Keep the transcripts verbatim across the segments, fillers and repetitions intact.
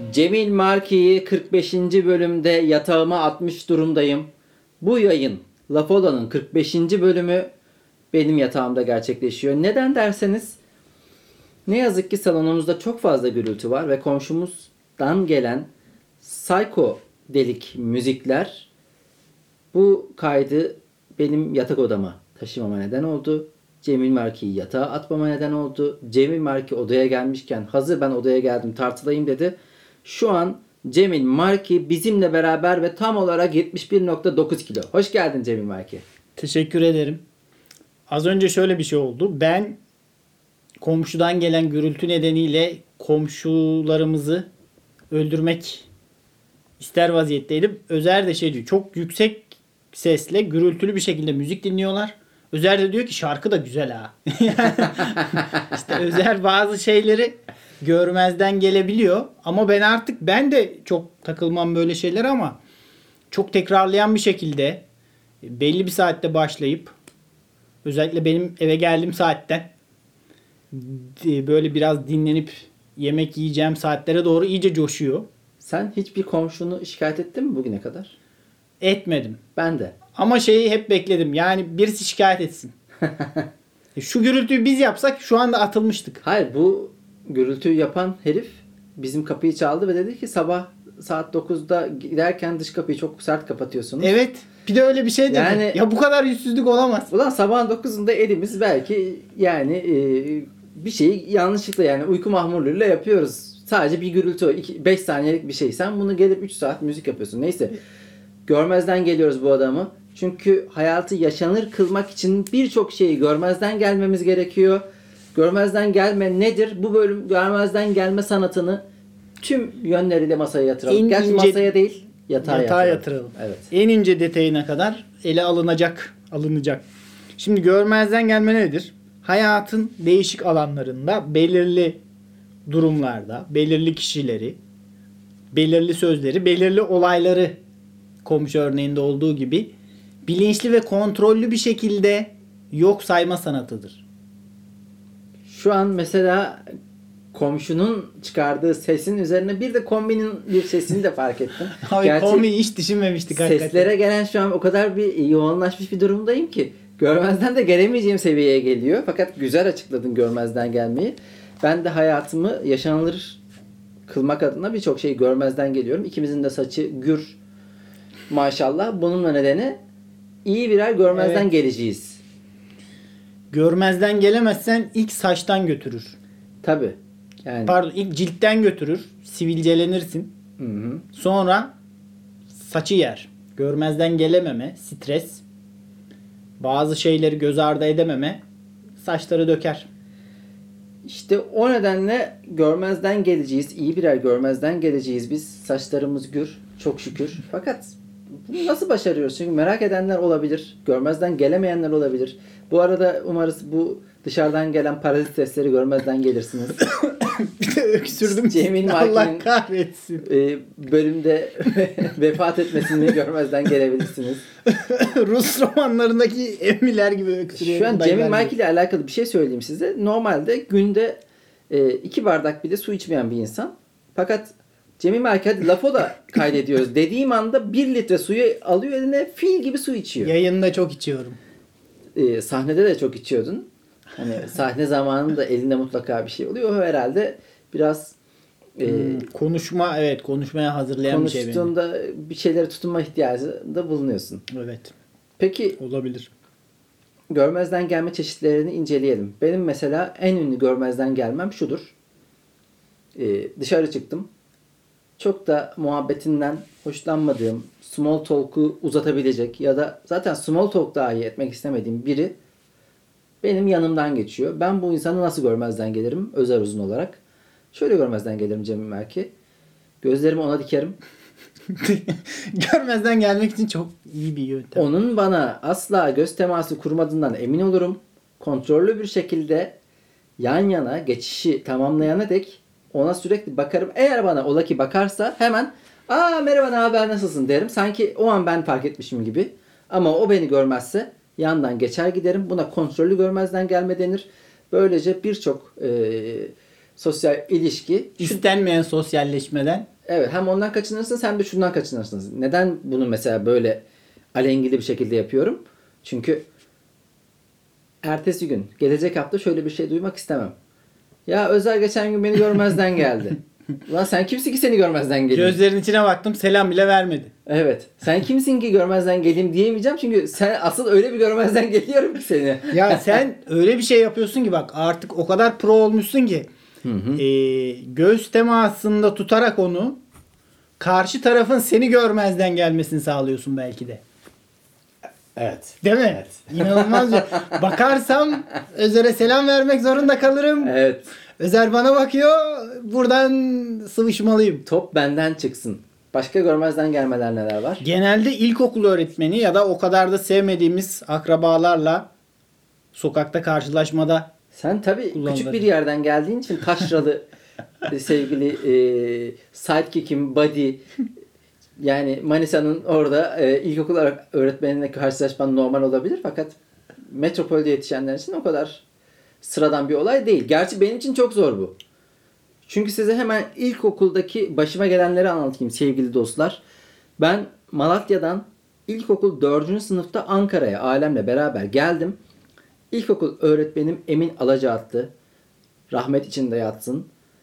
Cemil Marki'yi kırk beşinci bölümde yatağıma atmış durumdayım. Bu yayın Lafola'nın kırk beşinci bölümü benim yatağımda gerçekleşiyor. Neden derseniz ne yazık ki salonumuzda çok fazla gürültü var ve komşumuzdan gelen psychodelik müzikler bu kaydı benim yatak odama taşımama neden oldu. Cemil Marki'yi yatağa atmama neden oldu. Cemil Marki odaya gelmişken hazır ben odaya geldim tartılayım dedi. Şu an Cemil Marki bizimle beraber ve tam olarak yetmiş bir nokta dokuz kilo. Hoş geldin Cemil Marki. Teşekkür ederim. Az önce şöyle bir şey oldu. Ben komşudan gelen gürültü nedeniyle komşularımızı öldürmek ister vaziyetteydim. Özer de şey diyor. Çok yüksek sesle gürültülü bir şekilde müzik dinliyorlar. Özer de diyor ki şarkı da güzel ha. İşte Özer bazı şeyleri görmezden gelebiliyor. Ama ben artık ben de çok takılmam böyle şeyler ama çok tekrarlayan bir şekilde belli bir saatte başlayıp özellikle benim eve geldiğim saatten böyle biraz dinlenip yemek yiyeceğim saatlere doğru iyice coşuyor. Sen hiçbir komşunu şikayet ettin mi bugüne kadar? Etmedim. Ben de. Ama şeyi hep bekledim. Yani birisi şikayet etsin. Şu gürültüyü biz yapsak şu anda atılmıştık. Hayır, bu gürültüyü yapan herif bizim kapıyı çaldı ve dedi ki sabah saat dokuzda giderken dış kapıyı çok sert kapatıyorsunuz. Evet. Bir de öyle bir şey dedi. Yani, ya bu kadar yüzsüzlük olamaz. Ulan sabahın dokuzunda elimiz belki yani e, bir şeyi yanlışlıkla yani uyku mahmurluğuyla yapıyoruz. Sadece bir gürültü, beş saniyelik bir şey. Sen bunu gelip üç saat müzik yapıyorsun. Neyse. Görmezden geliyoruz bu adamı. Çünkü hayatı yaşanır kılmak için birçok şeyi görmezden gelmemiz gerekiyor. Görmezden gelme nedir? Bu bölüm görmezden gelme sanatını tüm yönleriyle masaya yatıralım. En Gerçi ince, masaya değil, yatağa, yatağa yatıralım. yatıralım. Evet. En ince detayına kadar ele alınacak, alınacak. Şimdi görmezden gelme nedir? Hayatın değişik alanlarında belirli durumlarda, belirli kişileri, belirli sözleri, belirli olayları komşu örneğinde olduğu gibi bilinçli ve kontrollü bir şekilde yok sayma sanatıdır. Şu an mesela komşunun çıkardığı sesin üzerine bir de kombinin bir sesini de fark ettim. Abi Gerçi kombiyi hiç düşünmemiştik hakikaten. seslere gelen şu an o kadar bir yoğunlaşmış bir durumdayım ki görmezden de gelemeyeceğim seviyeye geliyor. Fakat güzel açıkladın görmezden gelmeyi. Ben de hayatımı yaşanılır kılmak adına birçok şeyi görmezden geliyorum. İkimizin de saçı gür maşallah. Bunun nedeni iyi birer görmezden Evet. geleceğiz. Görmezden gelemezsen ilk saçtan götürür. Tabii. Yani. Pardon ilk ciltten götürür. Sivilcelenirsin. Hı hı. Sonra saçı yer. Görmezden gelememe, stres, bazı şeyleri göz ardı edememe saçları döker. İşte o nedenle görmezden geleceğiz. İyi birer görmezden geleceğiz biz. Saçlarımız gür. Çok şükür. Fakat bunu nasıl başarıyoruz? Çünkü merak edenler olabilir. Görmezden gelemeyenler olabilir. Bu arada umarız bu dışarıdan gelen parazit sesleri görmezden gelirsiniz. Bir de öksürdüm. Cemil Allah Marki'nin kahretsin. e, bölümde vefat etmesini görmezden gelebilirsiniz. Rus romanlarındaki emiler gibi öksürüyor. Şu an Cemil Marki ile alakalı bir şey söyleyeyim size. Normalde günde e, iki bardak bile su içmeyen bir insan. Fakat Cemil Marki hadi lafo da kaydediyoruz dediğim anda bir litre suyu alıyor eline fil gibi su içiyor. Yayında çok içiyorum. E, sahnede de çok içiyordun. Hani sahne zamanında elinde mutlaka bir şey oluyor. O herhalde biraz e, Hmm, konuşma evet konuşmaya hazırlayan bir şey beni. konuştuğunda bir şeylere tutunma ihtiyacında bulunuyorsun. Evet. Peki Olabilir. görmezden gelme çeşitlerini inceleyelim. Benim mesela en ünlü görmezden gelmem şudur. Ee, dışarı çıktım. Çok da muhabbetinden hoşlanmadığım, small talk'u uzatabilecek ya da zaten small talk dahi etmek istemediğim biri benim yanımdan geçiyor. Ben bu insanı nasıl görmezden gelirim özel uzun olarak? Şöyle görmezden gelirim Cemil Merki. Gözlerimi ona dikerim. Görmezden gelmek için çok iyi bir yöntem. Onun bana asla göz teması kurmadığından emin olurum. Kontrollü bir şekilde yan yana geçişi tamamlayana dek ona sürekli bakarım. Eğer bana ola ki bakarsa hemen aa merhaba ne haber nasılsın derim. Sanki o an ben fark etmişim gibi. Ama o beni görmezse yandan geçer giderim. Buna kontrollü görmezden gelme denir. Böylece birçok e, sosyal ilişki İstenmeyen sosyalleşmeden Evet, hem ondan kaçınırsınız hem de şundan kaçınırsınız. Neden bunu mesela böyle alengili bir şekilde yapıyorum? Çünkü ertesi gün, gelecek hafta şöyle bir şey duymak istemem. Ya Özer geçen gün beni görmezden geldi. Ulan sen kimsin ki seni görmezden geleyim? Gözlerin içine baktım, selam bile vermedi. Evet. Sen kimsin ki görmezden geleyim diyemeyeceğim. Çünkü sen asıl öyle bir görmezden geliyorum ki seni. Ya sen öyle bir şey yapıyorsun ki bak artık o kadar pro olmuşsun ki Hı hı. e, göz temasında tutarak onu karşı tarafın seni görmezden gelmesini sağlıyorsun belki de. Evet. Değil mi? Evet. İnanılmaz. bir- Bakarsam Özer'e selam vermek zorunda kalırım. Evet. Özer bana bakıyor. Buradan sıvışmalıyım. Top benden çıksın. Başka görmezden gelmeler neler var? Genelde ilkokul öğretmeni ya da o kadar da sevmediğimiz akrabalarla sokakta karşılaşmada Sen tabii Kullanılır. küçük bir yerden geldiğin için taşralı e, sevgili e, sidekick'im, buddy, yani Manisa'nın orada e, ilkokul öğretmenine karşılaşman normal olabilir. Fakat metropolde yetişenler için o kadar sıradan bir olay değil. Gerçi benim için çok zor bu. Çünkü size hemen ilkokuldaki başıma gelenleri anlatayım sevgili dostlar. Ben Malatya'dan ilkokul dördüncü sınıfta Ankara'ya ailemle beraber geldim. İlkokul öğretmenim Emin Alacaatlı. Rahmet içinde yatsın.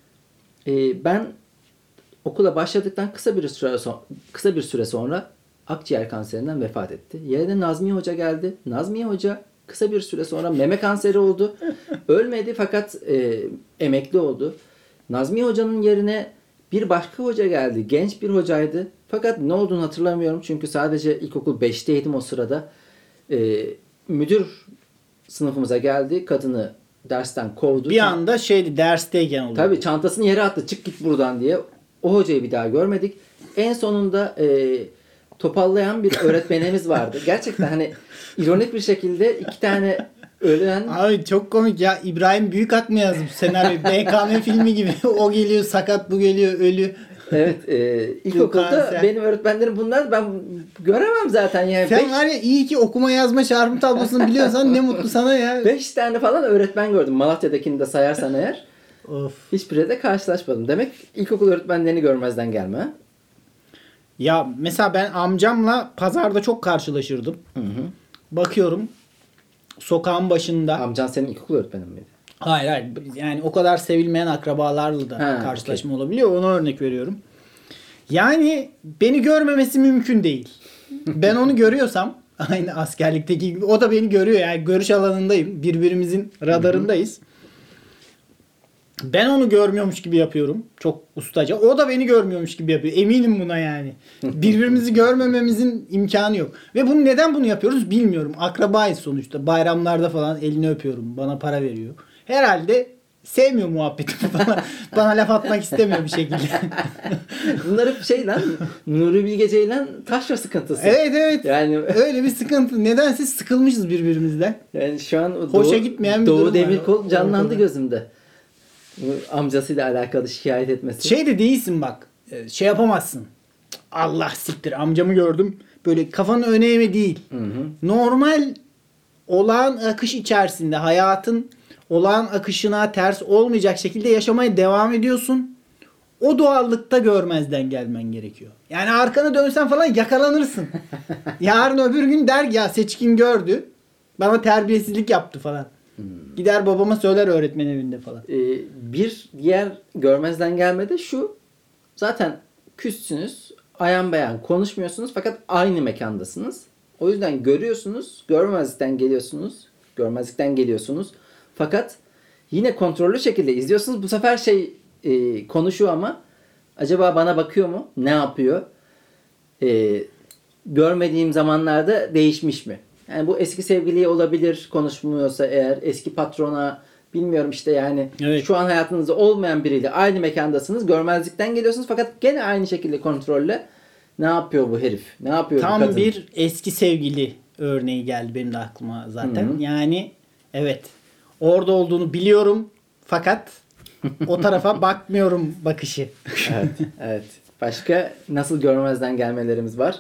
Ee, ben okula başladıktan kısa bir süre sonra, kısa bir süre sonra akciğer kanserinden vefat etti. Yerine Nazmiye Hoca geldi. Nazmiye Hoca kısa bir süre sonra meme kanseri oldu. Ölmedi fakat e, emekli oldu. Nazmiye Hoca'nın yerine bir başka hoca geldi. Genç bir hocaydı. Fakat ne olduğunu hatırlamıyorum. Çünkü sadece ilkokul beşteydim o sırada. E, müdür sınıfımıza geldi. Kadını dersten kovdu. bir anda şeydi dersteyken oldu. Tabii çantasını yere attı. Çık git buradan diye. O hocayı bir daha görmedik. En sonunda e, topallayan bir öğretmenimiz vardı. Gerçekten hani ironik bir şekilde iki tane ölen... Abi çok komik ya. İbrahim Büyükak mı yazmış senaryo? B K M filmi gibi. O geliyor sakat, bu geliyor ölü. Evet. E, ilkokulda Kanser. benim öğretmenlerim bunlar. Ben göremem zaten yani. Sen Beş, var ya iyi ki okuma yazma çarpım tablosunu biliyorsan ne mutlu sana ya. beş tane falan öğretmen gördüm. Malatya'dakini de sayarsan eğer. Of. Hiçbiriyle de karşılaşmadım. Demek ilkokul öğretmenlerini görmezden gelme. Ha? Ya mesela ben amcamla pazarda çok karşılaşırdım. Hı hı. Bakıyorum sokağın başında. Amcan senin ilkokul öğretmenin miydi? Hayır hayır. Yani o kadar sevilmeyen akrabalarla da Ha, karşılaşma olabiliyor. Ona örnek veriyorum. Yani beni görmemesi mümkün değil. Ben onu görüyorsam aynı askerlikteki gibi o da beni görüyor. Yani görüş alanındayım. Birbirimizin radarındayız. Ben onu görmüyormuş gibi yapıyorum. Çok ustaca. O da beni görmüyormuş gibi yapıyor. Eminim buna yani. Birbirimizi görmememizin imkanı yok. Ve bunu neden bunu yapıyoruz bilmiyorum. Akrabayız sonuçta. Bayramlarda falan elini öpüyorum. Bana para veriyor. Herhalde sevmiyor muhabbetimi bana. Bana laf atmak istemiyor bir şekilde. Bunlar hep şey lan. Nuri Bilge Ceylan taşra sıkıntısı. Evet evet. Yani Öyle bir sıkıntı. Nedense sıkılmışız birbirimizden. yani şu an o Hoşa Doğu, gitmeyen bir Doğu durum var. Demirkol canlandı Ortada. gözümde. Bu amcasıyla alakalı şikayet etmesi. Şey de değilsin bak. e, Şey yapamazsın. Allah siktir amcamı gördüm. Böyle kafanı öne eğme değil. Hı hı. Normal olağan akış içerisinde hayatın olağan akışına ters olmayacak şekilde yaşamaya devam ediyorsun. O doğallıkta görmezden gelmen gerekiyor. Yani arkana dönsen falan yakalanırsın. Yarın öbür gün der ya Seçkin gördü. Bana terbiyesizlik yaptı falan. Gider babama söyler öğretmen evinde falan. Ee, bir diğer görmezden gelme de şu. Zaten küssünüz. Ayan beyan konuşmuyorsunuz fakat aynı mekandasınız. O yüzden görüyorsunuz. Görmezlikten geliyorsunuz. Görmezlikten geliyorsunuz. Fakat yine kontrollü şekilde izliyorsunuz. Bu sefer şey e, konuşuyor ama acaba bana bakıyor mu? Ne yapıyor? E, görmediğim zamanlarda değişmiş mi? Yani bu eski sevgiliye olabilir konuşmuyorsa eğer, eski patrona, bilmiyorum işte yani Evet. şu an hayatınızda olmayan biriyle aynı mekandasınız. Görmezlikten geliyorsunuz fakat gene aynı şekilde kontrolle ne yapıyor bu herif? Ne yapıyor bu Tam kadın? bir eski sevgili örneği geldi benim de aklıma zaten. Hı hı. Yani evet orada olduğunu biliyorum fakat o tarafa bakmıyorum bakışı. Evet, evet. Başka nasıl görmezden gelmelerimiz var?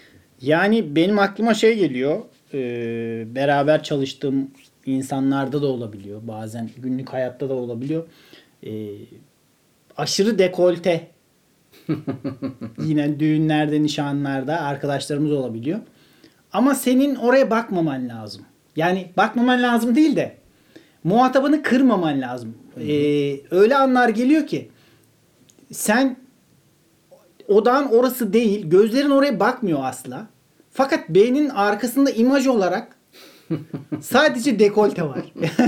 Yani benim aklıma şey geliyor. e, beraber çalıştığım insanlarda da olabiliyor. Bazen günlük hayatta da olabiliyor. E, aşırı dekolte Yine düğünlerde, nişanlarda arkadaşlarımız olabiliyor. Ama senin oraya bakmaman lazım. Yani bakmaman lazım değil de muhatabını kırmaman lazım. Ee, öyle anlar geliyor ki sen odağın orası değil, gözlerin oraya bakmıyor asla. Fakat beynin arkasında imaj olarak sadece dekolte var.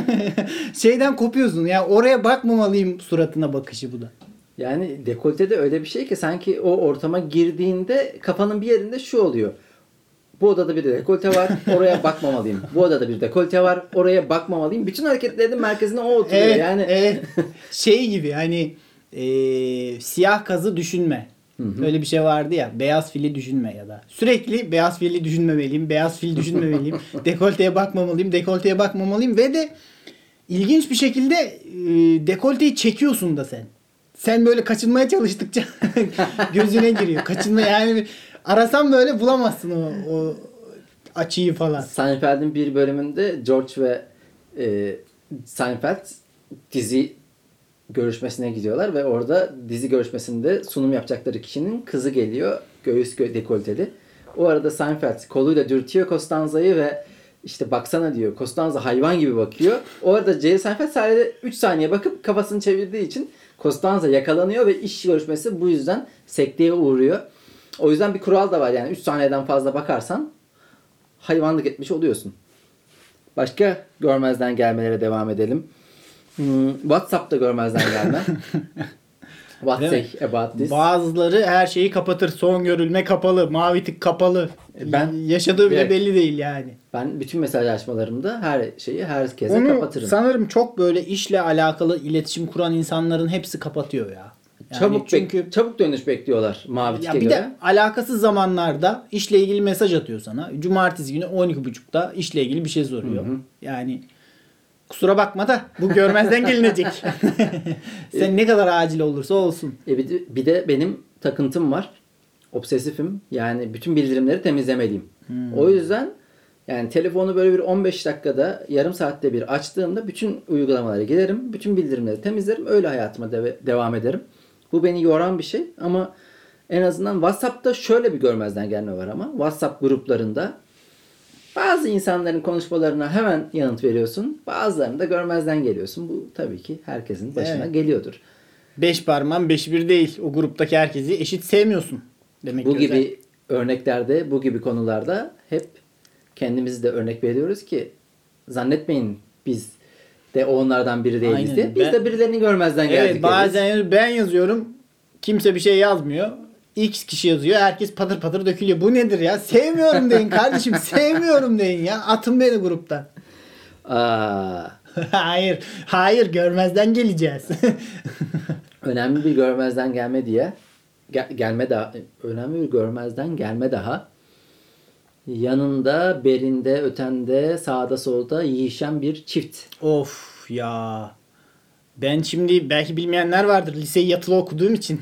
Şeyden kopuyorsun. Yani oraya bakmamalıyım suratına bakışı bu da. Yani dekolte de öyle bir şey ki sanki o ortama girdiğinde kafanın bir yerinde şu oluyor. Bu odada bir dekolte var. Oraya bakmamalıyım. Bu odada bir dekolte var. Oraya bakmamalıyım. Bütün hareketlerin merkezine o oturuyor. Evet, yani evet. Şey gibi hani e, siyah kazı düşünme. Hı-hı. Öyle bir şey vardı ya. Beyaz fili düşünme ya da. Sürekli beyaz fili düşünmemeliyim. Beyaz fil düşünmemeliyim. Dekolteye bakmamalıyım. Dekolteye bakmamalıyım. Ve de ilginç bir şekilde e, dekolteyi çekiyorsun da sen. Sen böyle kaçınmaya çalıştıkça gözüne giriyor. Kaçınma yani arasan böyle bulamazsın o, o açıyı falan. Seinfeld'in bir bölümünde George ve e, Seinfeld dizi görüşmesine gidiyorlar ve orada dizi görüşmesinde sunum yapacakları kişinin kızı geliyor. Göğüs gö- dekolteli. O arada Seinfeld koluyla dürtüyor Costanza'yı ve işte baksana diyor. Costanza hayvan gibi bakıyor. O arada Jerry Seinfeld sadece üç saniye bakıp kafasını çevirdiği için Costanza yakalanıyor ve iş görüşmesi bu yüzden sekteye uğruyor. O yüzden bir kural da var yani üç saniyeden fazla bakarsan hayvanlık etmiş oluyorsun. Başka görmezden gelmelere devam edelim. Hmm, WhatsApp'ta görmezden gelme. What say about this? Bazıları her şeyi kapatır. Son görülme kapalı. Mavi tık kapalı. Ben yaşadığı bile direkt, belli değil yani. Ben bütün mesajlaşmalarımda her şeyi herkese Onu kapatırım. sanırım çok böyle işle alakalı iletişim kuran insanların hepsi kapatıyor ya. Yani çabuk çünkü bek- çabuk dönüş bekliyorlar mavi ya tike bir göre. de alakasız zamanlarda işle ilgili mesaj atıyor sana. Cumartesi günü on iki buçukta işle ilgili bir şey soruyor. Hı hı. Yani kusura bakma da bu görmezden gelinecek. Sen ne kadar acil olursa olsun. E bir, de, bir de benim takıntım var. Obsesifim. Yani bütün bildirimleri temizlemeliyim. Hmm. O yüzden yani telefonu böyle bir on beş dakikada, yarım saatte bir açtığımda bütün uygulamalara girerim. Bütün bildirimleri temizlerim. Öyle hayatıma de- devam ederim. Bu beni yoran bir şey ama en azından WhatsApp'ta şöyle bir görmezden gelme var ama. WhatsApp gruplarında bazı insanların konuşmalarına hemen yanıt veriyorsun. Bazılarını da görmezden geliyorsun. Bu tabii ki herkesin başına evet. geliyordur. Beş parmağın beş bir değil. O gruptaki herkesi eşit sevmiyorsun. Demek bu ki gibi özel. örneklerde, bu gibi konularda hep kendimizi de örnek veriyoruz ki zannetmeyin biz de onlardan biri değiliz Aynen. diye. Biz ben, de birilerini görmezden evet, geldik. Evet bazen deriz. Ben yazıyorum. Kimse bir şey yazmıyor. X kişi yazıyor. Herkes patır patır dökülüyor. Bu nedir ya? Sevmiyorum deyin kardeşim. Sevmiyorum deyin ya. Atın beni gruptan. Aa. hayır. Hayır. Görmezden geleceğiz. önemli bir görmezden gelme diye gel, gelme daha önemli bir görmezden gelme daha yanında, berinde, ötende, sağda solda yiyişen bir çift. Of ya. Ben şimdi belki bilmeyenler vardır. Liseyi yatılı okuduğum için.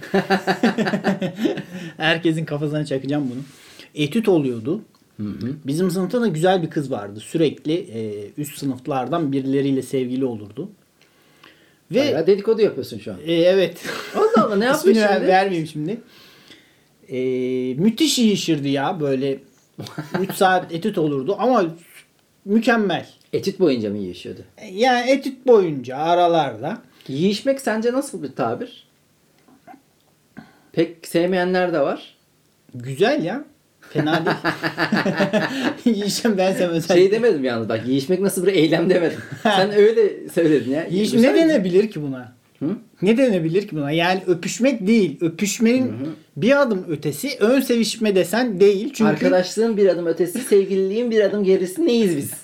Herkesin kafasına çakacağım bunu. Etüt oluyordu. Hı hı. Bizim sınıfta da güzel bir kız vardı. Sürekli e, üst sınıflardan birileriyle sevgili olurdu. Ve bayağı dedikodu yapıyorsun şu an. E, evet. Allah Allah ne yapıyor şimdi? Ver, vermeyeyim şimdi. E, müthiş yiyişirdi ya böyle. üç saat etüt olurdu ama mükemmel. Etüt boyunca mı yiyişiyordu? Yani etüt boyunca aralarda. Yiyişmek sence nasıl bir tabir? Pek sevmeyenler de var. Güzel ya. Fena değil. Yiyişim ben sevmem. Şey demedim yalnız bak yiyişmek nasıl bir eylem demedim. Sen öyle söyledin ya. Yiyiş, ne denebilir ki buna? Hı? Ne denebilir ki buna? Yani öpüşmek değil. Öpüşmenin hı hı. bir adım ötesi. Ön sevişme desen değil. Çünkü... Arkadaşlığın bir adım ötesi, sevgililiğin bir adım gerisi neyiz biz?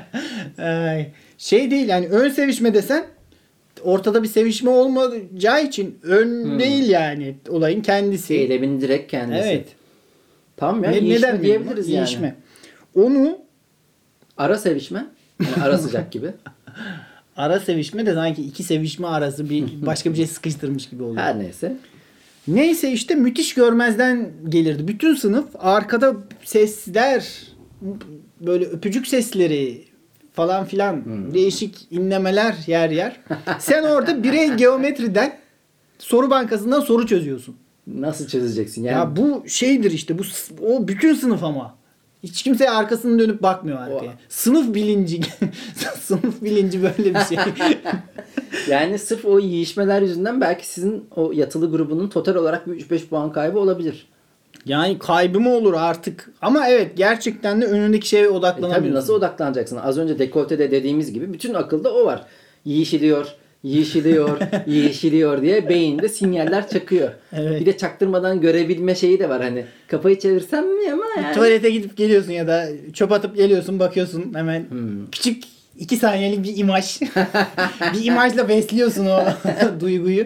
şey değil yani ön sevişme desen ortada bir sevişme olmayacağı için ön hmm. değil yani olayın kendisi. Eylemin direkt kendisi. Evet. Tamam ya ne, yiyişme diyebiliriz yani. Yiyişme. Onu ara sevişme. Yani ara sıcak gibi. Ara sevişme de sanki iki sevişme arası bir başka bir şey sıkıştırmış gibi oluyor. Her neyse. Neyse işte müthiş görmezden gelirdi. Bütün sınıf arkada sesler böyle öpücük sesleri falan filan hmm. değişik inlemeler yer yer. Sen orada birey geometriden soru bankasından soru çözüyorsun. Nasıl çözeceksin? Yani Ya bu şeydir işte bu s- o bütün sınıf ama. Hiç kimseye arkasını dönüp bakmıyor arkaya. O- Sınıf bilinci. Sınıf bilinci böyle bir şey. yani sırf o yiyişmeler yüzünden belki sizin o yatılı grubunun total olarak bir üç beş puan kaybı olabilir. Yani kaybı mı olur artık? Ama evet gerçekten de önündeki şeye E odaklanamıyorsun. tabii nasıl odaklanacaksın? Az önce dekoltede dediğimiz gibi bütün akılda o var. Yiyişiliyor, yiyişiliyor, yiyişiliyor diye beyinde sinyaller çakıyor. Evet. Bir de çaktırmadan görebilme şeyi de var hani. Kafayı çevirsem mi ama yani. Tuvalete gidip geliyorsun ya da çöp atıp geliyorsun bakıyorsun hemen Hmm. küçük iki saniyelik bir imaj. Bir imajla besliyorsun o duyguyu.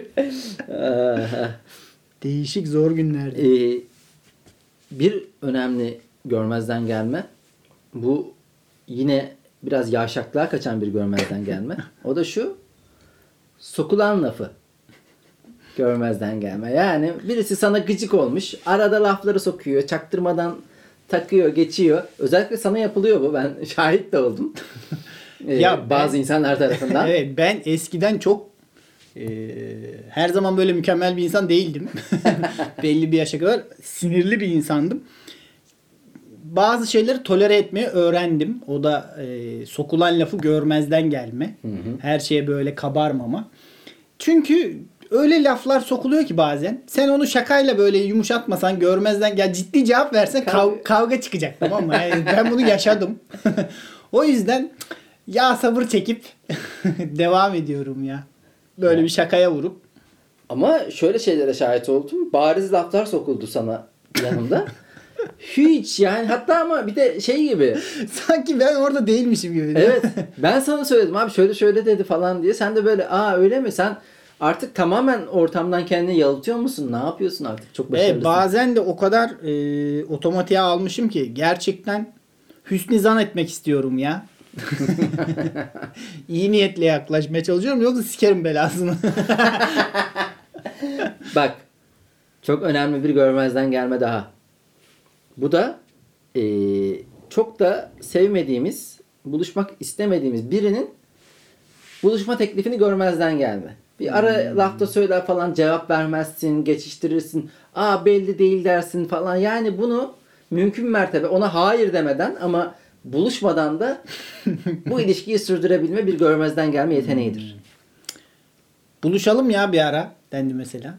Değişik zor günlerdi. Ee, bir önemli görmezden gelme. Bu yine biraz yavşaklığa kaçan bir görmezden gelme. O da şu. Sokulan lafı. Görmezden gelme. Yani birisi sana gıcık olmuş. Arada lafları sokuyor. Çaktırmadan takıyor, geçiyor. Özellikle sana yapılıyor bu. Ben şahit de oldum. Ee, Ya ben- bazı insanlar tarafından. Evet ben eskiden çok e, her zaman böyle mükemmel bir insan değildim. Belli bir yaşa kadar sinirli bir insandım. Bazı şeyleri tolere etmeyi öğrendim. O da e, sokulan lafı görmezden gelme. Her şeye böyle kabarmama. Çünkü öyle laflar sokuluyor ki bazen. Sen onu şakayla böyle yumuşatmasan görmezden gel ciddi cevap versen kav- Kavga- kavga çıkacak tamam mı? Yani ben bunu yaşadım. O yüzden ya sabır çekip devam ediyorum ya. Böyle bir şakaya vurup. Ama şöyle şeylere şahit oldum. Bariz laflar sokuldu sana yanımda. Hiç yani hatta ama bir de şey gibi. Sanki ben orada değilmişim gibi. Evet. Ben sana söyledim abi şöyle şöyle dedi falan diye. Sen de böyle aa öyle mi? Sen artık tamamen ortamdan kendini yalıtıyor musun? Ne yapıyorsun artık? Çok başarılısın. Evet, bazen de o kadar e, otomatiğe almışım ki gerçekten hüsnü zan etmek istiyorum ya. İyi niyetle yaklaşmaya çalışıyorum yoksa sikerim belasını. Bak. Çok önemli bir görmezden gelme daha. Bu da eee, çok da sevmediğimiz, buluşmak istemediğimiz birinin buluşma teklifini görmezden gelme. Bir ara lafta söyler falan cevap vermezsin, geçiştirirsin. Aa belli değil dersin falan. Yani bunu mümkün mertebe ona hayır demeden ama buluşmadan da bu ilişkiyi sürdürebilme bir görmezden gelme yeteneğidir. Buluşalım ya bir ara dendi mesela.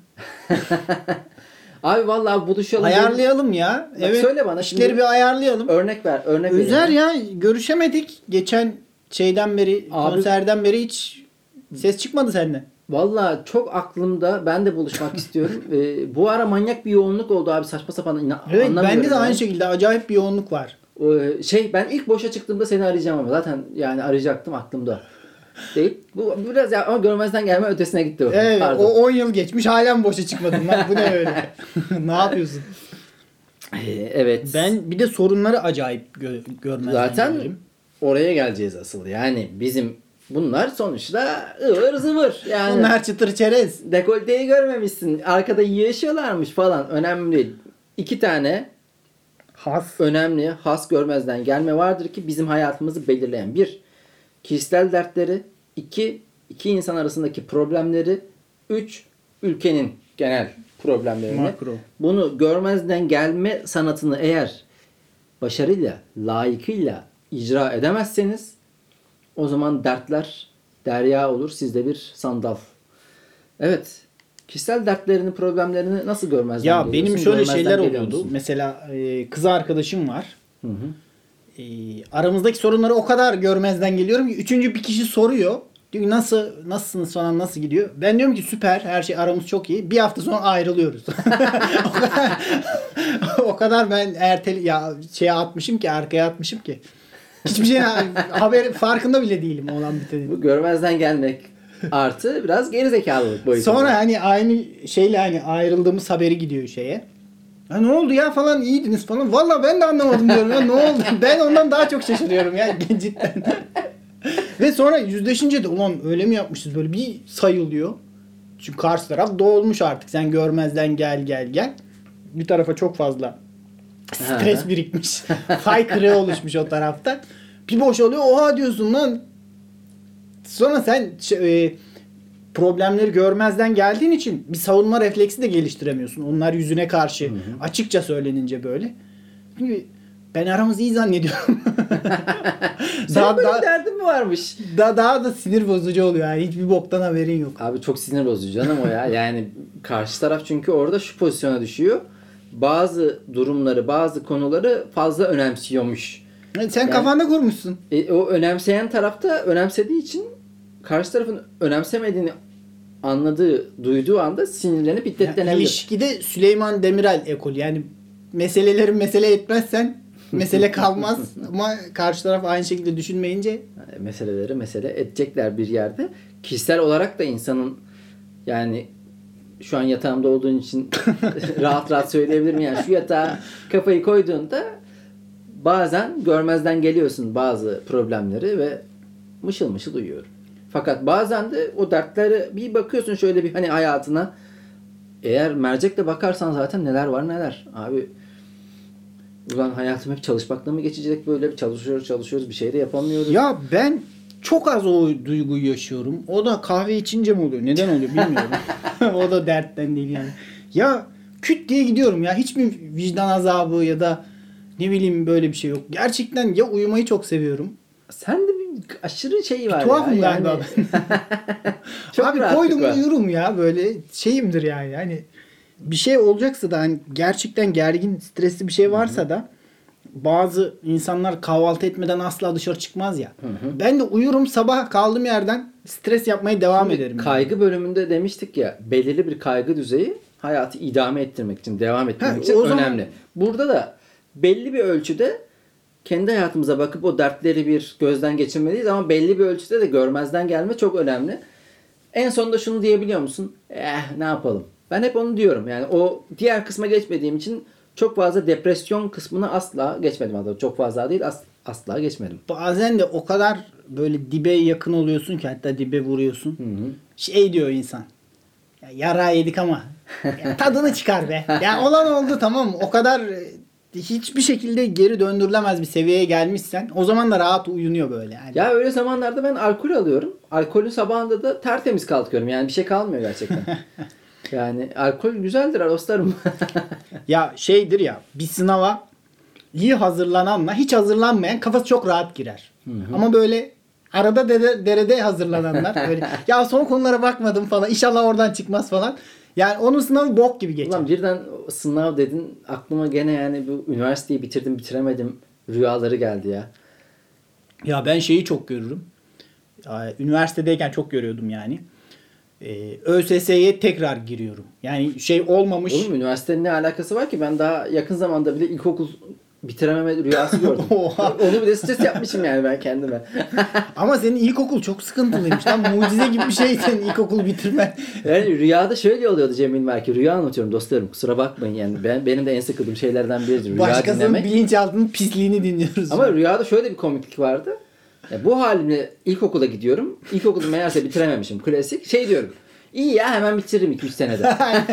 Abi vallahi buluşalım. Ayarlayalım ya. Bak söyle bana işleri şimdi. bir ayarlayalım. Örnek ver. Örnek Özer vereyim. ya geçemedik. Geçen şeyden beri Abi- konserden beri hiç ses çıkmadı senden. Vallahi çok aklımda. Ben de buluşmak istiyorum. Ee, bu ara manyak bir yoğunluk oldu abi. Saçma sapan. ina- Evet anlamıyorum bende de yani. aynı şekilde acayip bir yoğunluk var. Ee, şey ben ilk boşa çıktığımda seni arayacağım ama zaten yani arayacaktım aklımda. Deyip bu biraz ya ama görmezden gelme ötesine gitti o. Evet Pardon. o on yıl geçmiş halen boşa çıkmadın lan. Bu ne öyle? Ne yapıyorsun? Ee, evet. Ben bir de sorunları acayip gö- görmezden zaten gelirim. oraya geleceğiz asıl. Yani bizim bunlar sonuçta ıvır zıvır. Yani Bunlar çıtır çerez. dekolteyi görmemişsin. Arkada yaşıyorlarmış falan. Önemli değil. İki tane Has. önemli has görmezden gelme vardır ki bizim hayatımızı belirleyen. Bir, kişisel dertleri. iki iki insan arasındaki problemleri. Üç, ülkenin genel problemlerini. Makro. Bunu görmezden gelme sanatını eğer başarıyla, layıkıyla icra edemezseniz o zaman dertler derya olur. Sizde bir sandal. Evet. Kişisel dertlerini, problemlerini nasıl görmezden Ya geliyorsun? benim şöyle Görmezden şeyler geliyor oluyordu. musun? Mesela e, kız arkadaşım var. Hı hı. E, aramızdaki sorunları o kadar görmezden geliyorum ki üçüncü bir kişi soruyor. Diyor ki, nasıl nasılsınız falan nasıl gidiyor? Ben diyorum ki süper her şey aramız çok iyi. Bir hafta sonra ayrılıyoruz. o kadar o kadar ben erteli ya şeye atmışım ki arkaya atmışım ki. Hiçbir şeyin haber farkında bile değilim olan biteni. Bu görmezden gelmek artı biraz gerizekalılık boyutu. Sonra hani aynı şeyle hani ayrıldığımız haberi gidiyor şeye. Ya ne oldu ya falan iyiydiniz falan. Valla ben de anlamadım diyorum ya ne oldu? Ben ondan daha çok şaşırıyorum ya cidden. Ve sonra yüzleşince de ulan öyle mi yapmışız böyle bir sayılıyor. Çünkü karşı taraf dolmuş artık. Sen görmezden gel gel gel. Bir tarafa çok fazla stres birikmiş. Fay kırığı oluşmuş o tarafta. Bir boşalıyor oha diyorsun lan. Sonra sen şey, e, problemleri görmezden geldiğin için bir savunma refleksi de geliştiremiyorsun. Onlar yüzüne karşı Hı hı. açıkça söylenince böyle. Çünkü ben aramızı iyi zannediyorum. Senin daha, böyle daha, bir derdin mi varmış? daha, daha da sinir bozucu oluyor. Yani hiçbir boktan haberin yok. Abi çok sinir bozucu canım o ya. Yani karşı taraf çünkü orada şu pozisyona düşüyor. Bazı durumları, bazı konuları fazla önemsiyormuş. Yani sen Yani- kafanda kurmuşsun. E, o önemseyen taraf da önemsediği için karşı tarafın önemsemediğini anladığı, duyduğu anda sinirlenip Yani hiddetlenebilir. ilişkide Süleyman Demirel ekolü. Yani meseleleri mesele etmezsen mesele kalmaz. Ama karşı taraf aynı şekilde düşünmeyince Yani meseleleri mesele edecekler bir yerde. Kişisel olarak da insanın yani şu an yatağımda olduğun için rahat rahat söyleyebilirim. Yani şu yatağa kafayı koyduğunda bazen görmezden geliyorsun bazı problemleri ve mışıl mışıl uyuyorum. Fakat bazen de o dertleri bir bakıyorsun şöyle bir hani hayatına. Eğer mercekle bakarsan zaten neler var neler. Abi ulan hayatım hep çalışmakla mı geçecek böyle? Çalışıyoruz çalışıyoruz bir şey de yapamıyoruz. ya ben çok az o duyguyu yaşıyorum. O da kahve içince mi oluyor? Neden oluyor bilmiyorum. O da dertten değil yani. Ya küt diye gidiyorum ya. Hiç mi vicdan azabı ya da ne bileyim böyle bir şey yok. Gerçekten ya uyumayı çok seviyorum. Sen de bir aşırı şey var Tuhafım ya. galiba Yani... ben. Çok Abi rahatlık koydum var. uyurum ya böyle şeyimdir yani. Hani bir şey olacaksa da hani gerçekten gergin, stresli bir şey varsa da bazı insanlar kahvaltı etmeden asla dışarı çıkmaz ya. hı. Ben de uyurum sabah kaldığım yerden stres yapmaya devam Şimdi ederim. kaygı yani. bölümünde demiştik ya belirli bir kaygı düzeyi hayatı idame ettirmek için, devam ettirmek Ha, için o zaman- önemli. Burada da belli bir ölçüde kendi hayatımıza bakıp o dertleri bir gözden geçirmeliyiz ama belli bir ölçüde de görmezden gelme çok önemli. En sonunda şunu diyebiliyor musun? Eh ne yapalım? Ben hep onu diyorum. Yani o diğer kısma geçmediğim için çok fazla depresyon kısmını asla geçmedim. Hatta çok fazla değil as- asla geçmedim. Bazen de o kadar böyle dibe yakın oluyorsun ki hatta dibe vuruyorsun. Hı hı. Şey diyor insan. Ya yara yedik ama ya tadını çıkar be. Ya olan oldu tamam o kadar e, hiçbir şekilde geri döndürülemez bir seviyeye gelmişsen o zaman da rahat uyunuyor böyle. Yani. Ya öyle zamanlarda ben alkol alıyorum. Alkolün sabahında da tertemiz kalkıyorum. Yani bir şey kalmıyor gerçekten. Yani alkol güzeldir dostlarım. Ya şeydir ya bir sınava iyi hazırlananla hiç hazırlanmayan kafası çok rahat girer. Ama böyle arada dere, derede hazırlananlar böyle ya son konulara bakmadım falan inşallah oradan çıkmaz falan. Yani onun sınavı bok gibi geçer. Ulan birden sınav dedin aklıma gene yani bu üniversiteyi bitirdim bitiremedim rüyaları geldi ya. Ya ben şeyi çok görürüm. Ya, üniversitedeyken çok görüyordum yani. Ee, ÖSS'ye tekrar giriyorum. Yani şey olmamış. Oğlum üniversitenin ne alakası var ki? Ben daha yakın zamanda bile ilkokul bitirememe rüyası gördüm. Oha. Onu bile stres yapmışım yani ben kendime. Ama senin ilkokul çok sıkıntılıymış. Lan mucize gibi bir şey senin ilkokul bitirmen. Yani rüyada şöyle oluyordu Cemil belki. Rüya anlatıyorum dostlarım. Kusura bakmayın yani. Ben, benim de en sıkıldığım şeylerden biridir. Rüya Başkasının dinlemek. bilinçaltının pisliğini dinliyoruz. Ama rüyada şöyle bir komiklik vardı. Ya bu halimle ilkokula gidiyorum. İlkokulu meğerse bitirememişim. Klasik. Şey diyorum. İyi ya hemen bitiririm iki üç senede.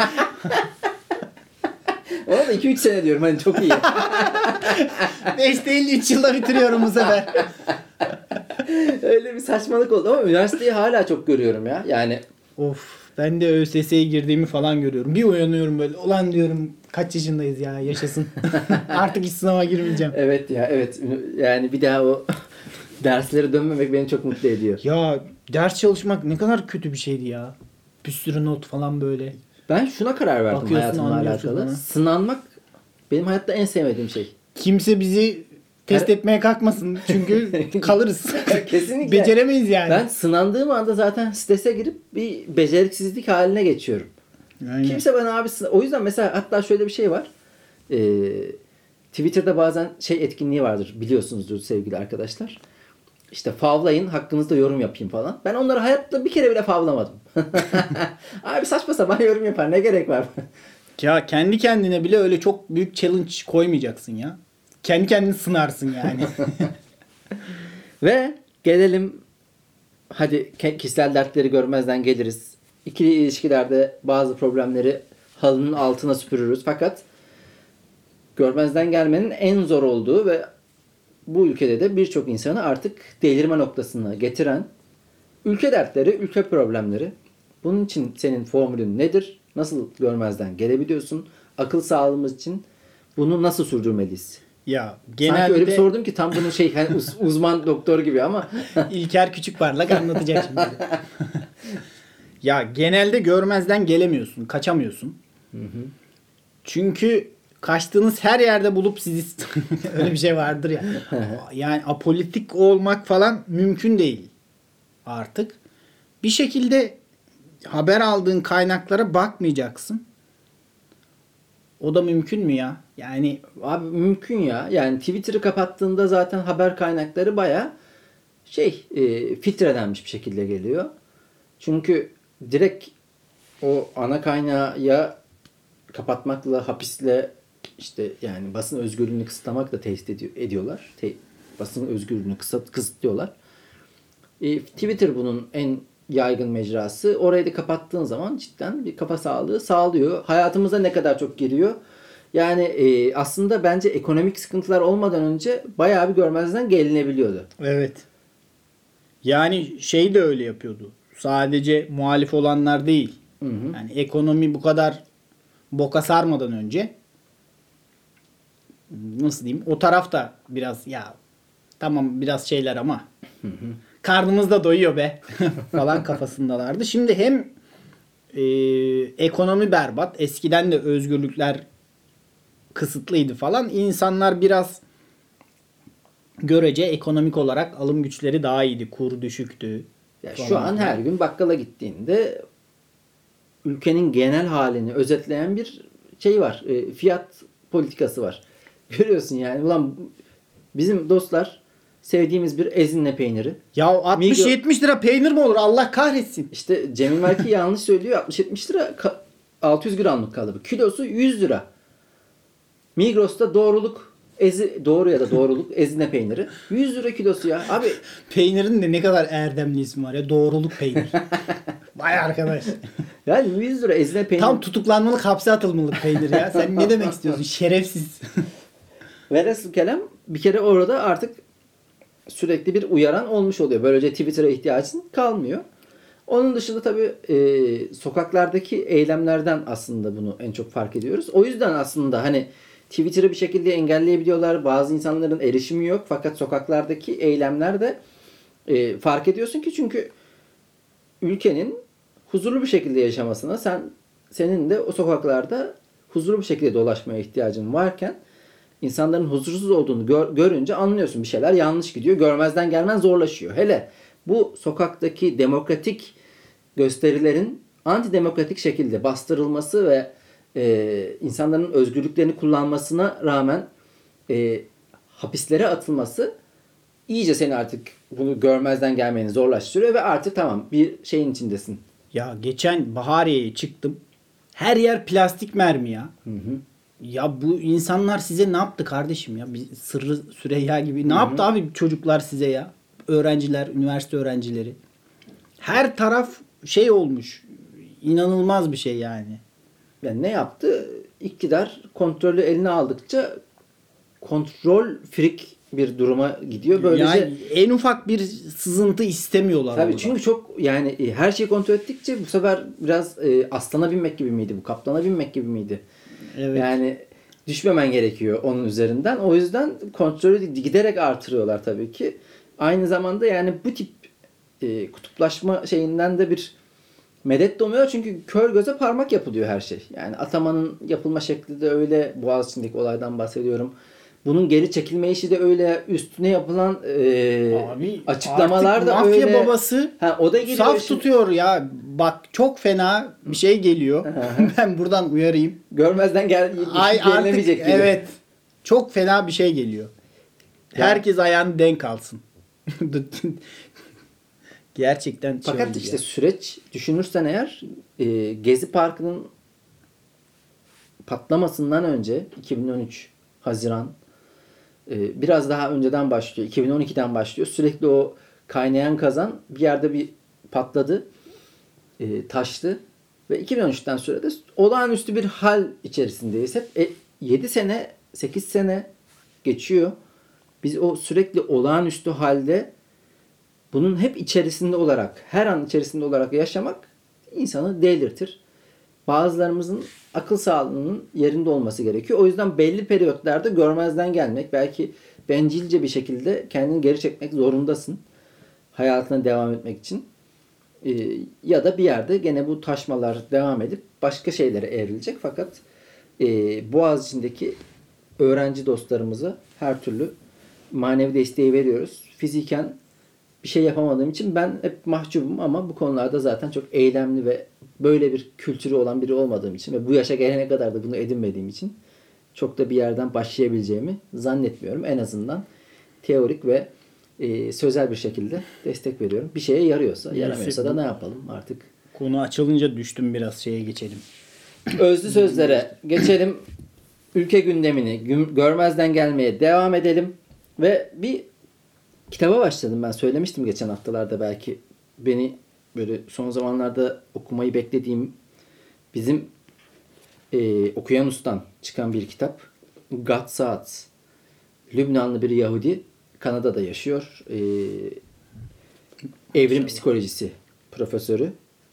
Ona da iki üç sene diyorum hani çok iyi. beş değil üç yılda bitiriyorum bu sefer. Öyle bir saçmalık oldu ama üniversiteyi hala çok görüyorum ya. Yani Of ben de ÖSS'ye girdiğimi falan görüyorum. Bir uyanıyorum böyle. Ulan diyorum kaç yaşındayız ya yaşasın. Artık hiç sınava girmeyeceğim. evet ya evet. Yani bir daha o derslere dönmemek beni çok mutlu ediyor. Ya ders çalışmak ne kadar kötü bir şeydi ya. Bir sürü not falan böyle. Ben şuna karar verdim Bakıyorsun, hayatımla anlıyorsun alakalı. bana. Sınanmak benim hayatta en sevmediğim şey. Kimse bizi test Her- etmeye kalkmasın. Çünkü kalırız. Kesinlikle. Beceremeyiz yani. Ben sınandığım anda zaten strese girip bir beceriksizlik haline geçiyorum. Aynen. Kimse bana abi sına- o yüzden mesela hatta şöyle bir şey var. Ee, Twitter'da bazen şey etkinliği vardır biliyorsunuzdur sevgili arkadaşlar. İşte favlayın hakkınızda yorum yapayım falan. Ben onları hayatta bir kere bile favlamadım. Abi saçma sapan yorum yapar ne gerek var? Ya kendi kendine bile öyle çok büyük challenge koymayacaksın ya. Kendi kendini sınarsın yani. Ve gelelim hadi ke- kişisel dertleri görmezden geliriz. İkili ilişkilerde bazı problemleri halının altına süpürürüz. Fakat görmezden gelmenin en zor olduğu ve bu ülkede de birçok insanı artık delirme noktasına getiren ülke dertleri, ülke problemleri. Bunun için senin formülün nedir? Nasıl görmezden gelebiliyorsun? Akıl sağlığımız için bunu nasıl sürdürmeliyiz? Ya Genelde... Sanki öyle bir genelde sordum ki tam bunun şey hani uz- uzman doktor gibi ama. İlker Küçükparlak anlatacak şimdi. Ya genelde görmezden gelemiyorsun, kaçamıyorsun. Hı hı. Çünkü kaçtığınız her yerde bulup sizi öyle bir şey vardır ya. Yani apolitik olmak falan mümkün değil artık. Bir şekilde haber aldığın kaynaklara bakmayacaksın. O da mümkün mü ya? Yani Abi mümkün ya. Yani Twitter'ı kapattığında zaten haber kaynakları baya şey e, filtrelenmiş bir şekilde geliyor. Çünkü direkt o ana kaynağı ya kapatmakla, hapisle işte yani basın özgürlüğünü kısıtlamakla tehdit ediyor, ediyorlar. Te, basın özgürlüğünü kısıt, kısıtlıyorlar. E, Twitter bunun en yaygın mecrası. Orayı da kapattığın zaman cidden bir kafa sağlığı sağlıyor. Hayatımıza ne kadar çok giriyor. Yani e, aslında bence ekonomik sıkıntılar olmadan önce bayağı bir görmezden gelinebiliyordu. evet. Yani şey de öyle yapıyordu. Sadece muhalif olanlar değil. Hı hı. Yani ekonomi bu kadar boka sarmadan önce nasıl diyeyim? O taraf da biraz ya tamam biraz şeyler ama Hı hı. karnımız da doyuyor be falan kafasındalardı. Şimdi hem e, ekonomi berbat. Eskiden de özgürlükler kısıtlıydı falan. İnsanlar biraz görece ekonomik olarak alım güçleri daha iyiydi. Kur düşüktü. Ya falan şu an filan. her gün bakkala gittiğinde ülkenin genel halini özetleyen bir şey var. E, fiyat politikası var. Görüyorsun yani. Ulan bizim dostlar sevdiğimiz bir Ezinle peyniri. Ya altmış Migros- yetmiş lira peynir mi olur? Allah kahretsin. İşte Cemil Melki yanlış söylüyor. altmış yetmiş lira ka- altı yüz gramlık kalıbı. Kilosu yüz lira. Migros'ta doğruluk ezi doğru ya da doğruluk Ezine peyniri. yüz lira kilosu ya. Abi Peynirin de ne kadar erdemli ismi var ya. Doğruluk peynir. Vay arkadaş. yani yüz lira Ezine peyniri. Tam tutuklanmalık hapse atılmalık peynir ya. Sen ne demek istiyorsun? Şerefsiz. Velhasıl kelam bir kere orada artık sürekli bir uyaran olmuş oluyor. Böylece Twitter'a ihtiyacın kalmıyor. Onun dışında tabii e, sokaklardaki eylemlerden aslında bunu en çok fark ediyoruz. O yüzden aslında hani Twitter'ı bir şekilde engelleyebiliyorlar. Bazı insanların erişimi yok. Fakat sokaklardaki eylemlerde e, fark ediyorsun ki çünkü ülkenin huzurlu bir şekilde yaşamasına sen senin de o sokaklarda huzurlu bir şekilde dolaşmaya ihtiyacın varken insanların huzursuz olduğunu gör, görünce anlıyorsun bir şeyler yanlış gidiyor. Görmezden gelmen zorlaşıyor. Hele bu sokaktaki demokratik gösterilerin antidemokratik şekilde bastırılması ve e, insanların özgürlüklerini kullanmasına rağmen e, hapislere atılması iyice seni artık bunu görmezden gelmeni zorlaştırıyor ve artık tamam bir şeyin içindesin. Ya geçen Bahariye'ye çıktım. Her yer plastik mermi ya. Hı hı. Ya bu insanlar size ne yaptı kardeşim ya? Bir Sırrı Süreyya gibi. Ne Hı hı. yaptı abi çocuklar size ya? Öğrenciler, üniversite öğrencileri. Her taraf şey olmuş. İnanılmaz bir şey yani. Yani ne yaptı? İktidar kontrolü eline aldıkça kontrol frik bir duruma gidiyor. Böylece Yani en ufak bir sızıntı istemiyorlar tabii orada. çünkü çok yani e, her şeyi kontrol ettikçe bu sefer biraz e, aslana binmek gibi miydi bu? Kaplana binmek gibi miydi? Evet. Yani düşmemen gerekiyor onun üzerinden. O yüzden kontrolü giderek artırıyorlar tabii ki. Aynı zamanda yani bu tip e, kutuplaşma şeyinden de bir medet doğmuyor. Çünkü kör göze parmak yapılıyor her şey. Yani atamanın yapılma şekli de öyle. Boğaziçi'ndeki olaydan bahsediyorum. Bunun geri çekilme işi de öyle. Üstüne yapılan e, Abi, açıklamalar da mafya öyle. babası Ha, o da geliyor saf şimdi. tutuyor ya. Bak çok fena bir şey geliyor. Ben buradan uyarayım. Görmezden gel Ay artık gelinemeyecek gibi. evet. Çok fena bir şey geliyor. Ya. Herkes ayağını denk alsın. Gerçekten şey Fakat oldu işte ya. süreç düşünürsen eğer e, Gezi Parkı'nın patlamasından önce iki bin on üç Haziran e, biraz daha önceden başlıyor. iki bin on ikiden başlıyor. Sürekli o kaynayan kazan bir yerde bir patladı. E, taştı. Ve iki bin on üçten sonra da olağanüstü bir hal içerisindeyiz. Hep e, yedi sene sekiz sene geçiyor. Biz o sürekli olağanüstü halde bunun hep içerisinde olarak, her an içerisinde olarak yaşamak insanı delirtir. Bazılarımızın akıl sağlığının yerinde olması gerekiyor. O yüzden belli periyotlarda görmezden gelmek, belki bencilce bir şekilde kendini geri çekmek zorundasın. Hayatına devam etmek için. Ee, ya da bir yerde gene bu taşmalar devam edip başka şeylere evrilecek. Fakat e, Boğaziçi'ndeki öğrenci dostlarımıza her türlü manevi desteği veriyoruz. Fiziken bir şey yapamadığım için ben hep mahcubum ama bu konularda zaten çok eylemli ve böyle bir kültürü olan biri olmadığım için ve bu yaşa gelene kadar da bunu edinmediğim için çok da bir yerden başlayabileceğimi zannetmiyorum. En azından teorik ve e, sözel bir şekilde destek veriyorum. Bir şeye yarıyorsa, yaramıyorsa da ne yapalım artık. Konu açılınca düştüm, biraz şeye geçelim. Özlü sözlere geçelim. Ülke gündemini görmezden gelmeye devam edelim. Ve bir kitaba başladım ben. Söylemiştim geçen haftalarda, belki beni böyle son zamanlarda okumayı beklediğim bizim e, Okyanus'tan çıkan bir kitap. Gad Saad. Lübnanlı bir Yahudi. Kanada'da yaşıyor. E, evrim psikolojisi profesörü.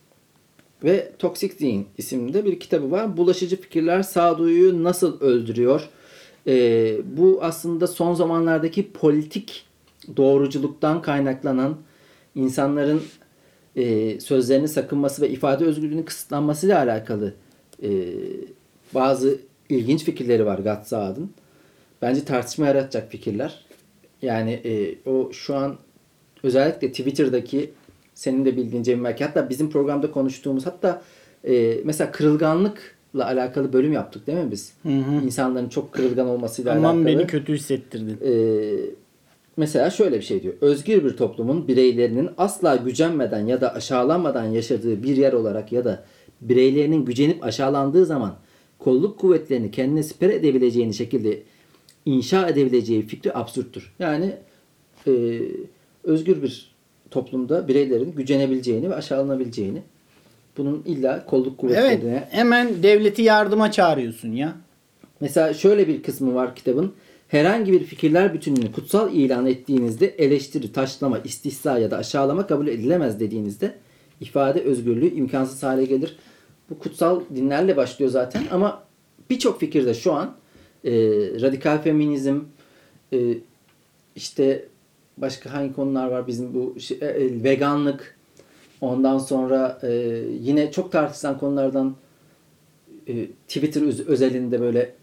Ve Toxic Zihin isimli bir kitabı var. Bulaşıcı fikirler sağduyuyu nasıl öldürüyor? Ee, bu aslında son zamanlardaki politik doğruculuktan kaynaklanan insanların e, sözlerini sakınması ve ifade özgürlüğünün kısıtlanmasıyla alakalı e, bazı ilginç fikirleri var Gad Saad'ın. Bence tartışma yaratacak fikirler. Yani e, o şu an özellikle Twitter'daki, senin de bildiğin Cem, belki hatta bizim programda konuştuğumuz, hatta e, mesela kırılganlıkla alakalı bölüm yaptık değil mi biz? Hı hı. İnsanların çok kırılgan olmasıyla Aman alakalı. beni kötü hissettirdin. E, mesela şöyle bir şey diyor. Özgür bir toplumun bireylerinin asla gücenmeden ya da aşağılanmadan yaşadığı bir yer olarak ya da bireylerinin gücenip aşağılandığı zaman kolluk kuvvetlerini kendine siper edebileceğini şekilde inşa edebileceği fikri absürttür. Yani e, özgür bir toplumda bireylerin gücenebileceğini ve aşağılanabileceğini, bunun illa kolluk kuvvetlerine... Evet, hemen devleti yardıma çağırıyorsun ya. Mesela şöyle bir kısmı var kitabın. Herhangi bir fikirler bütününü kutsal ilan ettiğinizde eleştiri, taşlama, istihza ya da aşağılama kabul edilemez dediğinizde ifade özgürlüğü imkansız hale gelir. Bu kutsal dinlerle başlıyor zaten ama birçok fikirde şu an e, radikal feminizm, e, işte başka hangi konular var bizim, bu şey, e, veganlık, ondan sonra e, yine çok tartışılan konulardan e, Twitter öz- özelinde böyle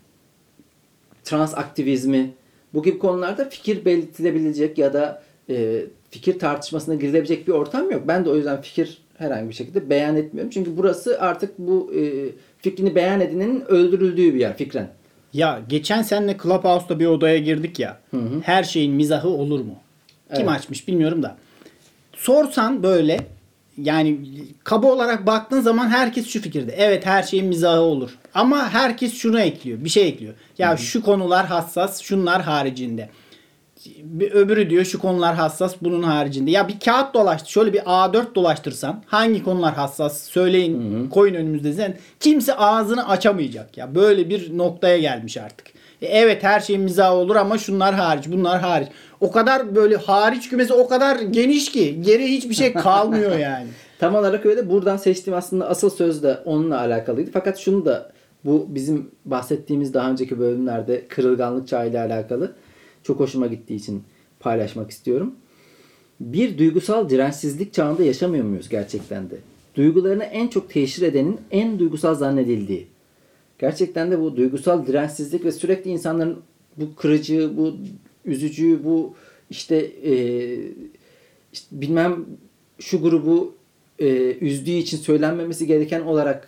trans aktivizmi, bu gibi konularda fikir belirtilebilecek ya da e, fikir tartışmasına girilebilecek bir ortam yok. Ben de o yüzden fikir herhangi bir şekilde beyan etmiyorum. Çünkü burası artık bu e, fikrini beyan edenin öldürüldüğü bir yer fikren. Ya geçen seninle Clubhouse'da bir odaya girdik ya. Hı hı. Her şeyin mizahı olur mu? Kim Evet. açmış bilmiyorum da. Sorsan böyle, yani kaba olarak baktığın zaman herkes şu fikirde. Evet, her şeyin mizahı olur. Ama herkes şunu ekliyor. Bir şey ekliyor. Ya hı hı. Şu konular hassas, şunlar haricinde. Bir öbürü diyor şu konular hassas, bunun haricinde. Ya bir kağıt dolaştı. Şöyle bir A dört dolaştırsan hangi konular hassas söyleyin, hı hı. koyun önümüzde. Sen, kimse ağzını açamayacak ya. Böyle bir noktaya gelmiş artık. E evet, her şeyin mizahı olur ama şunlar hariç, bunlar hariç. O kadar böyle hariç kümesi o kadar geniş ki geri hiçbir şey kalmıyor yani. Tam olarak öyle. Buradan seçtiğim aslında asıl söz de onunla alakalıydı. Fakat şunu da, bu bizim bahsettiğimiz daha önceki bölümlerde kırılganlık çağıyla alakalı çok hoşuma gittiği için paylaşmak istiyorum. Bir duygusal dirençsizlik çağında yaşamıyor muyuz gerçekten de? Duygularını en çok teşhir edenin en duygusal zannedildiği. Gerçekten de bu duygusal dirençsizlik ve sürekli insanların bu kırıcı, bu üzücü, bu işte, e, işte bilmem şu grubu e, üzdüğü için söylenmemesi gereken olarak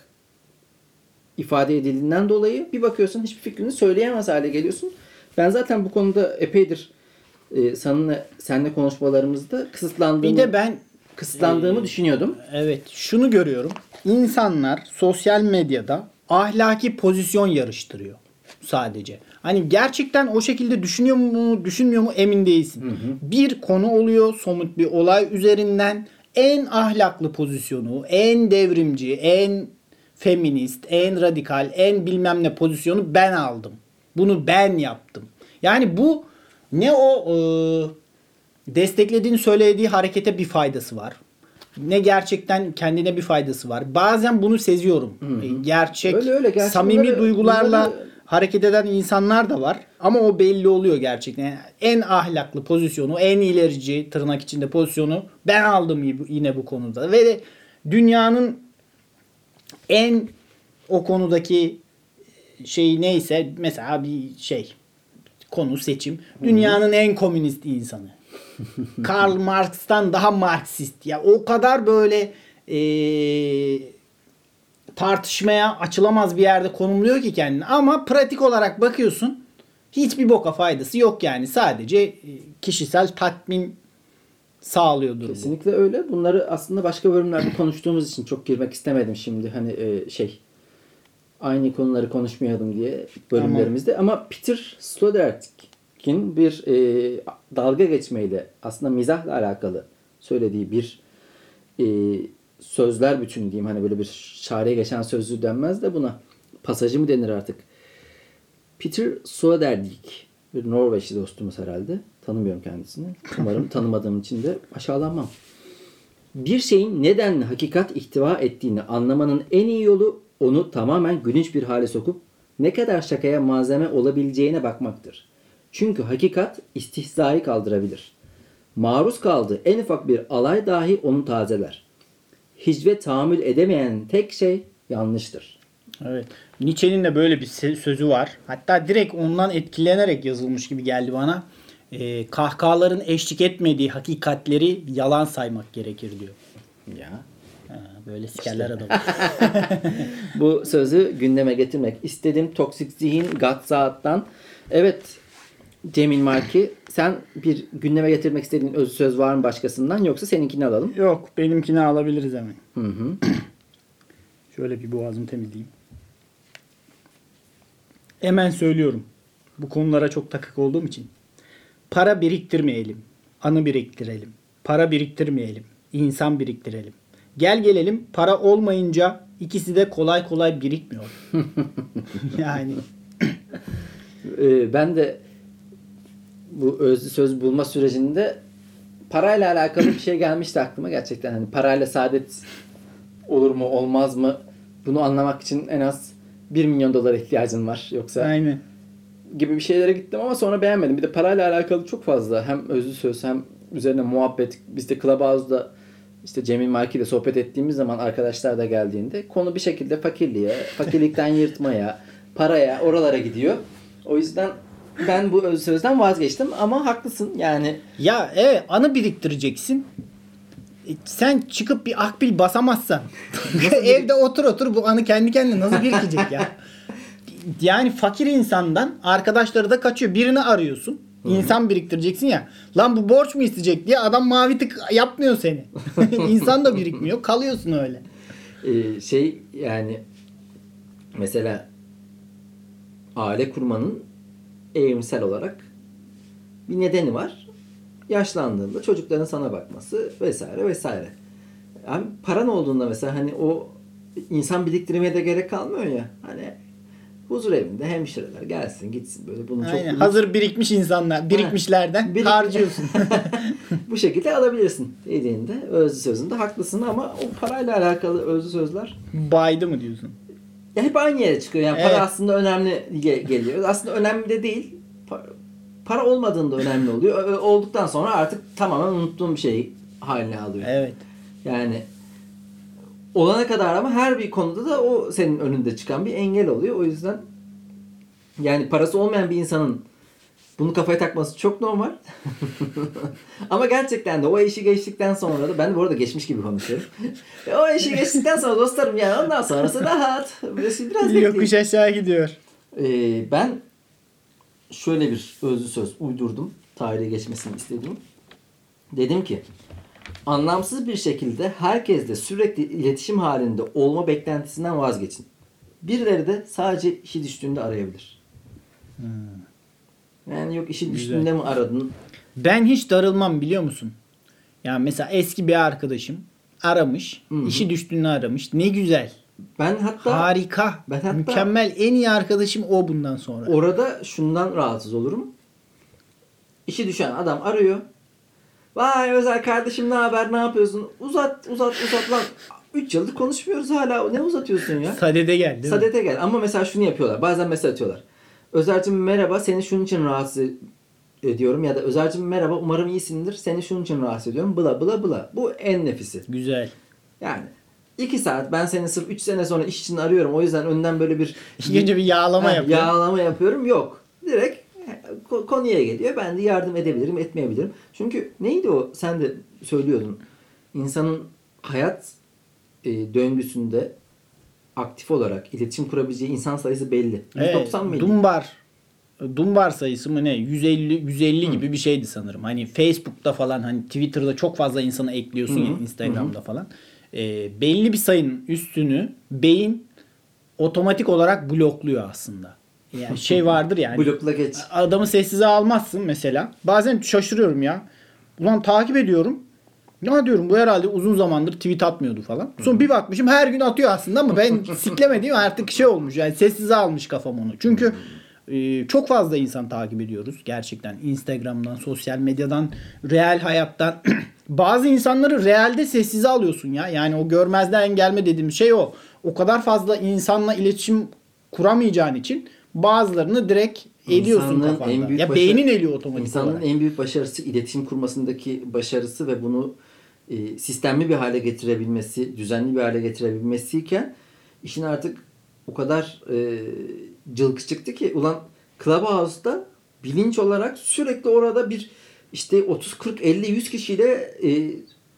ifade edildiğinden dolayı bir bakıyorsun hiçbir fikrini söyleyemez hale geliyorsun. Ben zaten bu konuda epeydir e, seninle, seninle konuşmalarımızda kısıtlandığımı, bir de ben kısıtlandığımı e, düşünüyordum. Evet, şunu görüyorum. İnsanlar sosyal medyada ahlaki pozisyon yarıştırıyor sadece. Hani gerçekten o şekilde düşünüyor mu, düşünmüyor mu emin değilsin. Hı hı. Bir konu oluyor, somut bir olay üzerinden en ahlaklı pozisyonu, en devrimci, en feminist, en radikal, en bilmem ne pozisyonu ben aldım. Bunu ben yaptım. Yani bu ne o e, desteklediğini söylediği harekete bir faydası var. ne gerçekten kendine bir faydası var. Bazen bunu seziyorum. Hı-hı. Gerçek, öyle, öyle. Gerçekten samimi bunları, duygularla bunları... hareket eden insanlar da var. Ama o belli oluyor gerçekten. Yani en ahlaklı pozisyonu, en ilerici tırnak içinde pozisyonu ben aldım yine bu konuda. Ve de dünyanın en o konudaki şey neyse, mesela bir şey konu seçim. Dünyanın en komünist insanı. Karl Marx'tan daha Marksist. Ya o kadar böyle ee, tartışmaya açılamaz bir yerde konumluyor ki kendini. Ama pratik olarak bakıyorsun, hiçbir boka faydası yok yani. Sadece kişisel tatmin sağlıyordur. Kesinlikle bu. Öyle. Bunları aslında başka bölümlerde konuştuğumuz için çok girmek istemedim şimdi. Hani e, şey aynı konuları konuşmayalım diye bölümlerimizde. Tamam. Ama Peter Sloterdijk'in bir e, dalga geçmeyle, aslında mizahla alakalı söylediği bir e, sözler bütünü diyeyim. Hani böyle bir şareye geçen sözlü denmez de buna. Pasajı mı denir artık? Peter Sloterdijk, bir Norveçli dostumuz herhalde. Tanımıyorum kendisini. Umarım tanımadığım için de aşağılanmam. Bir şeyin nedenle hakikat ihtiva ettiğini anlamanın en iyi yolu onu tamamen gülünç bir hale sokup ne kadar şakaya malzeme olabileceğine bakmaktır. Çünkü hakikat istihzayı kaldırabilir. Maruz kaldığı en ufak bir alay dahi onu tazeler. Hicve tahammül edemeyen tek şey yanlıştır. Evet. Nietzsche'nin de böyle bir sözü var. Hatta direkt ondan etkilenerek yazılmış gibi geldi bana. Ee, kahkahaların eşlik etmediği hakikatleri yalan saymak gerekir diyor. Ya. Ha, böyle sikerler işte. adamı. Bu sözü gündeme getirmek istedim. Toksik Zihin Gatsaat'tan. Evet Cemil Marki, sen bir gündeme getirmek istediğin öz söz var mı başkasından, yoksa seninkini alalım? Yok, benimkini alabiliriz hemen. Hı hı. Şöyle bir boğazımı temizleyeyim. Hemen söylüyorum. Bu konulara çok takık olduğum için. Para biriktirmeyelim. Anı biriktirelim. Para biriktirmeyelim. İnsan biriktirelim. Gel gelelim, para olmayınca ikisi de kolay kolay birikmiyor. Yani. ee, ben de bu özlü söz bulma sürecinde parayla alakalı bir şey gelmişti aklıma gerçekten. Hani parayla saadet olur mu olmaz mı? Bunu anlamak için en az bir milyon dolara ihtiyacın var. Yoksa aynen gibi bir şeylere gittim ama sonra beğenmedim. Bir de parayla alakalı çok fazla hem özlü söz hem üzerine muhabbet. Biz de Clubhouse'da işte Cemil Marki ile sohbet ettiğimiz zaman arkadaşlar da geldiğinde konu bir şekilde fakirliğe, fakirlikten yırtmaya, paraya, oralara gidiyor. O yüzden ben bu özlü sözden vazgeçtim ama haklısın yani. Ya evet, anı biriktireceksin. E, sen çıkıp bir akbil basamazsan evde otur otur bu anı kendi kendine nasıl birikecek ya? Yani fakir insandan arkadaşları da kaçıyor. Birini arıyorsun. Hı-hı. İnsan biriktireceksin ya. Lan bu borç mu isteyecek diye adam mavi tık yapmıyor seni. İnsan da birikmiyor. Kalıyorsun öyle. Ee, şey yani mesela aile kurmanın evrimsel olarak bir nedeni var. Yaşlandığında çocukların sana bakması vesaire vesaire. Yani paran olduğunda mesela hani o insan biriktirmeye de gerek kalmıyor ya. Hani huzur evinde hemşireler gelsin gitsin böyle bunu aynen. çok... Hazır birikmiş insanlar, birikmişlerden Birik... harcıyorsun. Bu şekilde alabilirsin dediğinde özlü sözünde haklısın ama o parayla alakalı özlü sözler... Baydı mı diyorsun? Ya hep aynı yere çıkıyor. Yani evet. Para aslında önemli geliyor. Aslında önemli de değil. Para olmadığında önemli oluyor. Olduktan sonra artık tamamen unuttuğum bir şey haline alıyor. Evet. Yani olana kadar ama her bir konuda da o senin önünde çıkan bir engel oluyor. O yüzden yani parası olmayan bir insanın bunu kafaya takması çok normal. Ama gerçekten de o işi geçtikten sonra da ben de bu arada geçmiş gibi konuşuyorum. O işi geçtikten sonra dostlarım yani ondan sonrası rahat. Biraz bekleyin. Yokuş aşağı gidiyor. Ee, ben şöyle bir özlü söz uydurdum. Tarihe geçmesini istedim. Dedim ki anlamsız bir şekilde herkesle sürekli iletişim halinde olma beklentisinden vazgeçin. Birileri de sadece işi düştüğünde arayabilir. Hmm. Yani yok işi düştüğünde mi aradın? Ben hiç darılmam biliyor musun? Yani mesela eski bir arkadaşım aramış, Hı-hı. işi düştüğünde aramış. Ne güzel. Ben hatta harika, ben hatta, mükemmel, en iyi arkadaşım o bundan sonra. Orada şundan rahatsız olurum. İşi düşen adam arıyor. Vay Özer kardeşim ne haber, ne yapıyorsun? Uzat uzat uzat lan. üç yıldır konuşmuyoruz hala. Ne uzatıyorsun ya? Sadede gel değil mi? Sadete gel. Ama mesela şunu yapıyorlar. Bazen mesaj atıyorlar. Özer'cim merhaba, seni şunun için rahatsız ediyorum. Ya da Özer'cim merhaba, umarım iyisindir. Seni şunun için rahatsız ediyorum. Bla bla bla. Bu en nefisi. Güzel. Yani iki saat ben seni sırf üç sene sonra iş için arıyorum. O yüzden önden böyle bir İlk önce bir yağlama Ha, yapıyor. Yağlama yapıyorum. Yok. Direkt ko- konuya geliyor. Ben de yardım edebilirim, etmeyebilirim. Çünkü neydi o? Sen de söylüyordun. İnsanın hayat e, döngüsünde aktif olarak iletişim kurabileceği insan sayısı belli. yüz doksan Evet, mıydı? Dunbar. Dunbar sayısı mı ne? yüz elli yüz elli Hı. gibi bir şeydi sanırım. Hani Facebook'ta falan, hani Twitter'da çok fazla insanı ekliyorsun Hı. ya, Instagram'da falan. Ee, belli bir sayının üstünü beyin otomatik olarak blokluyor aslında. Yani şey vardır yani. Blokla geç. Adamı sessize almazsın mesela. Bazen şaşırıyorum ya. Ulan takip ediyorum. Ya diyorum bu herhalde uzun zamandır tweet atmıyordu falan. Sonra bir bakmışım her gün atıyor aslında ama ben siklemediğim artık şey olmuş. Yani sessize almış kafam onu. Çünkü e, çok fazla insan takip ediyoruz gerçekten. Instagram'dan, sosyal medyadan, real hayattan. Bazı insanları realde sessize alıyorsun ya. Yani o görmezden gelme dediğim şey o. O kadar fazla insanla iletişim kuramayacağın için bazılarını direkt eliyorsun İnsanlığın kafanda. en büyük Ya başarı- beynin eliyor otomatik İnsanın olarak. en büyük başarısı iletişim kurmasındaki başarısı ve bunu e, sistemli bir hale getirebilmesi, düzenli bir hale getirebilmesi iken işin artık o kadar e, cılkı çıktı ki ulan Clubhouse'da bilinç olarak sürekli orada bir işte otuz kırk elli yüz kişiyle e,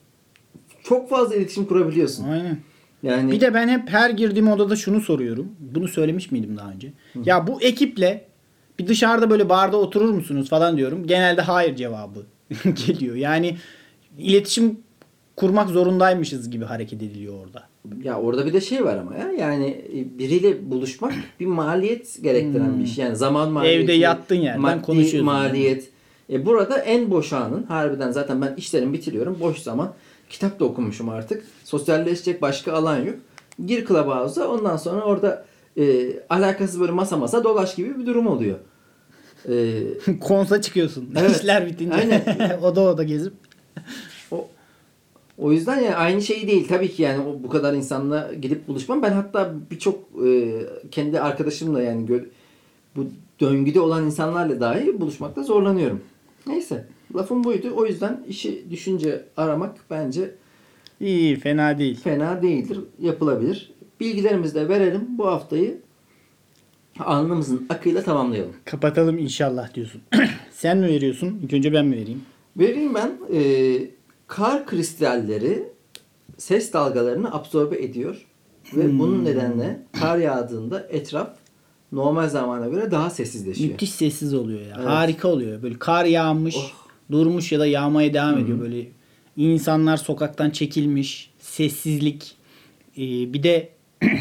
çok fazla iletişim kurabiliyorsun. Aynen. Yani Bir de ben hep her girdiğim odada şunu soruyorum. Bunu söylemiş miydim daha önce? Ya bu ekiple bir dışarıda böyle barda oturur musunuz falan diyorum. Genelde hayır cevabı geliyor. Yani iletişim kurmak zorundaymışız gibi hareket ediliyor orada. ya orada bir de şey var ama ya yani e, biriyle buluşmak bir maliyet gerektiren bir iş. Yani zaman maliyeti, Evde yattığın yerden maddi konuşuyorsun. maliyet. E burada en boş anın harbiden zaten ben işlerimi bitiriyorum. Boş zaman. Kitap da okumuşum artık. Sosyalleşecek başka alan yok. Gir Clubhouse'a ondan sonra orada e, alakasız böyle masa masa dolaş gibi bir durum oluyor. E, Konsa çıkıyorsun. Evet. İşler bitince. Aynen. oda oda gezip. O o yüzden yani aynı şey değil. Tabii ki yani o, bu kadar insanla gidip buluşmam. Ben hatta birçok e, kendi arkadaşımla yani gö- bu döngüde olan insanlarla dahi buluşmakta zorlanıyorum. Neyse. Lafım buydu. O yüzden işi düşünce aramak bence İyi, fena değil. fena değildir. Yapılabilir. Bilgilerimizi de verelim. Bu haftayı alnımızın akıyla tamamlayalım. Kapatalım inşallah diyorsun. Sen mi veriyorsun? İlk önce ben mi vereyim? Vereyim ben. Ee, kar kristalleri ses dalgalarını absorbe ediyor. Ve Hmm. bunun nedenle kar yağdığında etraf normal zamana göre daha sessizleşiyor. Müthiş sessiz oluyor ya. Evet. Harika oluyor. Böyle kar yağmış, Oh. durmuş ya da yağmaya devam ediyor. Böyle insanlar sokaktan çekilmiş, sessizlik. Ee, bir de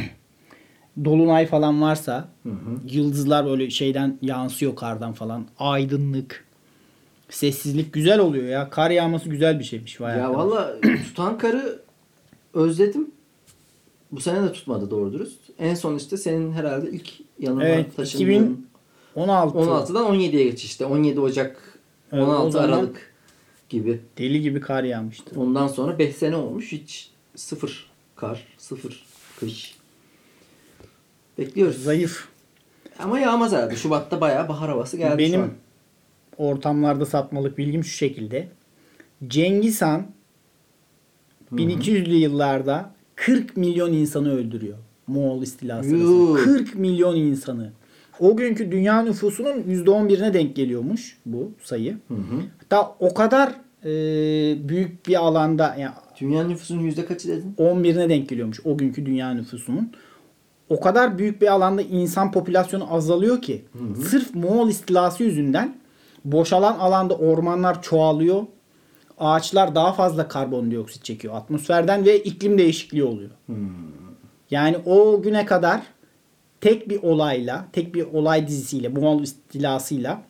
dolunay falan varsa, yıldızlar böyle şeyden yansıyor, kardan falan. Aydınlık, sessizlik güzel oluyor ya. Kar yağması güzel bir şeymiş. Vay Ya arkadaş. valla tutan karı özledim. Bu sene de tutmadı doğru dürüst. En son işte senin herhalde ilk yanıma Evet, taşındığın iki bin on altı. on altıdan on yediye geçişte. on yedi Ocak, Evet, on o altı zaman- Aralık gibi. Deli gibi kar yağmıştı. Ondan sonra beş sene olmuş. Hiç sıfır kar, sıfır kış. Bekliyoruz. Zayıf. Ama yağmaz herhalde. Şubat'ta bayağı bahar havası geldi şu Benim an. ortamlarda satmalık bilgim şu şekilde. Cengiz Han bin iki yüzlü yıllarda kırk milyon insanı öldürüyor. Moğol istilası Yuh. sırasında. kırk milyon insanı. O günkü dünya nüfusunun yüzde on birine denk geliyormuş bu sayı. Hı hı. Hatta o kadar e, büyük bir alanda, yani Dünya nüfusunun yüzde kaçı dedin? on birine denk geliyormuş o günkü dünya nüfusunun. O kadar büyük bir alanda insan popülasyonu azalıyor ki sırf Moğol istilası yüzünden boşalan alanda ormanlar çoğalıyor. Ağaçlar daha fazla karbondioksit çekiyor atmosferden ve iklim değişikliği oluyor. Yani o güne kadar tek bir olayla, tek bir olay dizisiyle, Moğol istilasıyla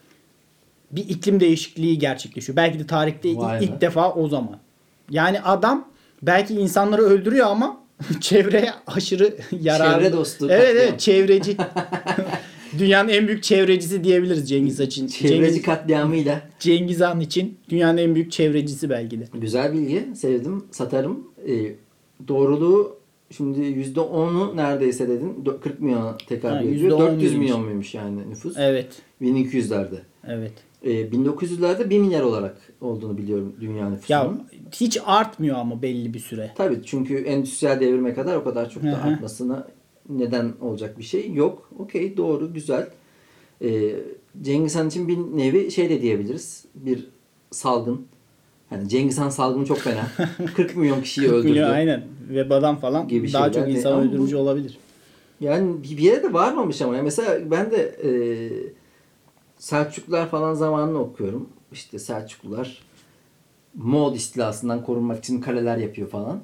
bir iklim değişikliği gerçekleşiyor. Belki de tarihte Vay ilk be. defa o zaman. Yani adam belki insanları öldürüyor ama çevreye aşırı yararlı. Çevre dostu Evet katliam. evet, çevreci. Dünyanın en büyük çevrecisi diyebiliriz Cengiz Han için. Çevreci Cengiz, katliamıyla. Cengiz Han için dünyanın en büyük çevrecisi belki de. Güzel bilgi. Sevdim. Satarım. Ee, doğruluğu şimdi yüzde onu neredeyse dedin. Dö- kırk milyona tekabül Ha, ediyor. yüzde on dört yüz muymuş? milyon muymuş yani nüfus? Evet. bin iki yüzlerde. Evet. Ee, bin dokuz yüzlerde bir milyar olarak olduğunu biliyorum dünya nüfusunun. Ya hiç artmıyor ama belli bir süre. Tabii çünkü endüstriyel devrime kadar o kadar çok Hı da hı. artmasına neden olacak bir şey yok. Okey, doğru, güzel. Ee, Cengiz Han için bir nevi şey de diyebiliriz. Bir salgın. Hani Cengiz Han salgını çok fena. kırk milyon kişiyi öldürdü. Biliyor, aynen. Vebadan falan Gibi daha şeyler çok de- insan ama bu- öldürücü olabilir. Yani bir bir yere de varmamış ama. Yani mesela ben de e, Selçuklular falan zamanını okuyorum. İşte Selçuklular Moğol istilasından korunmak için kaleler yapıyor falan.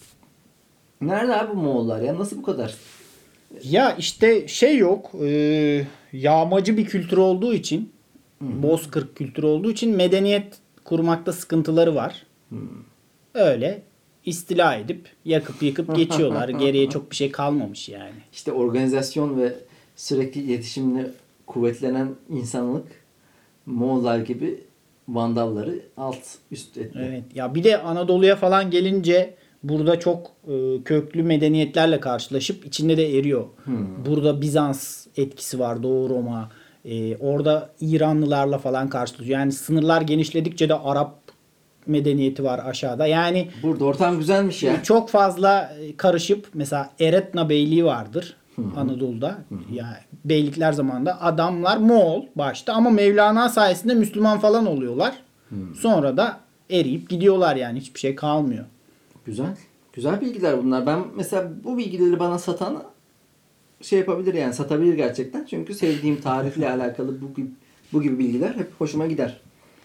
Nerede abi bu Moğollar ya? Nasıl bu kadar? Ya işte şey yok. E, yağmacı bir kültür olduğu için, Bozkır kültürü olduğu için medeniyet kurmakta sıkıntıları var. Öyle istila edip yakıp yıkıp geçiyorlar. Geriye çok bir şey kalmamış yani. İşte organizasyon ve sürekli iletişimle kuvvetlenen insanlık Moğollar gibi Vandalları alt üst etti. Evet. Ya bir de Anadolu'ya falan gelince burada çok e, köklü medeniyetlerle karşılaşıp içinde de eriyor. Burada Bizans etkisi var, Doğu Roma. E, orada İranlılarla falan karşılaşıyor. Yani sınırlar genişledikçe de Arap medeniyeti var aşağıda. Yani Burada ortam güzelmiş ya. çok fazla karışıp mesela Eretna Beyliği vardır Anadolu'da. Yani beylikler zamanında adamlar Moğol başta ama Mevlana sayesinde Müslüman falan oluyorlar. Sonra da eriyip gidiyorlar yani hiçbir şey kalmıyor. Güzel. Güzel bilgiler bunlar. Ben mesela bu bilgileri bana satan şey yapabilir yani satabilir gerçekten. Çünkü sevdiğim tarihle alakalı bu gibi, bu gibi bilgiler hep hoşuma gider.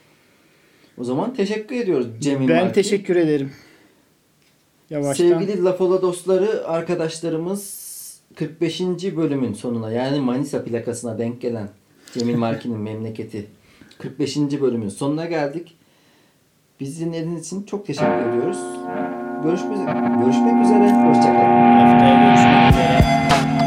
O zaman teşekkür ediyoruz Cemil Ben Marki. teşekkür ederim. Yavaştan. Sevgili Lafola dostları, arkadaşlarımız kırk beşinci bölümün sonuna yani Manisa plakasına denk gelen Cemil Marki'nin memleketi kırk beşinci bölümün sonuna geldik. Bizi dinlediğiniz için çok teşekkür ediyoruz. Görüşmek, görüşmek üzere. Hoşçakalın. Haftaya görüşmek üzere.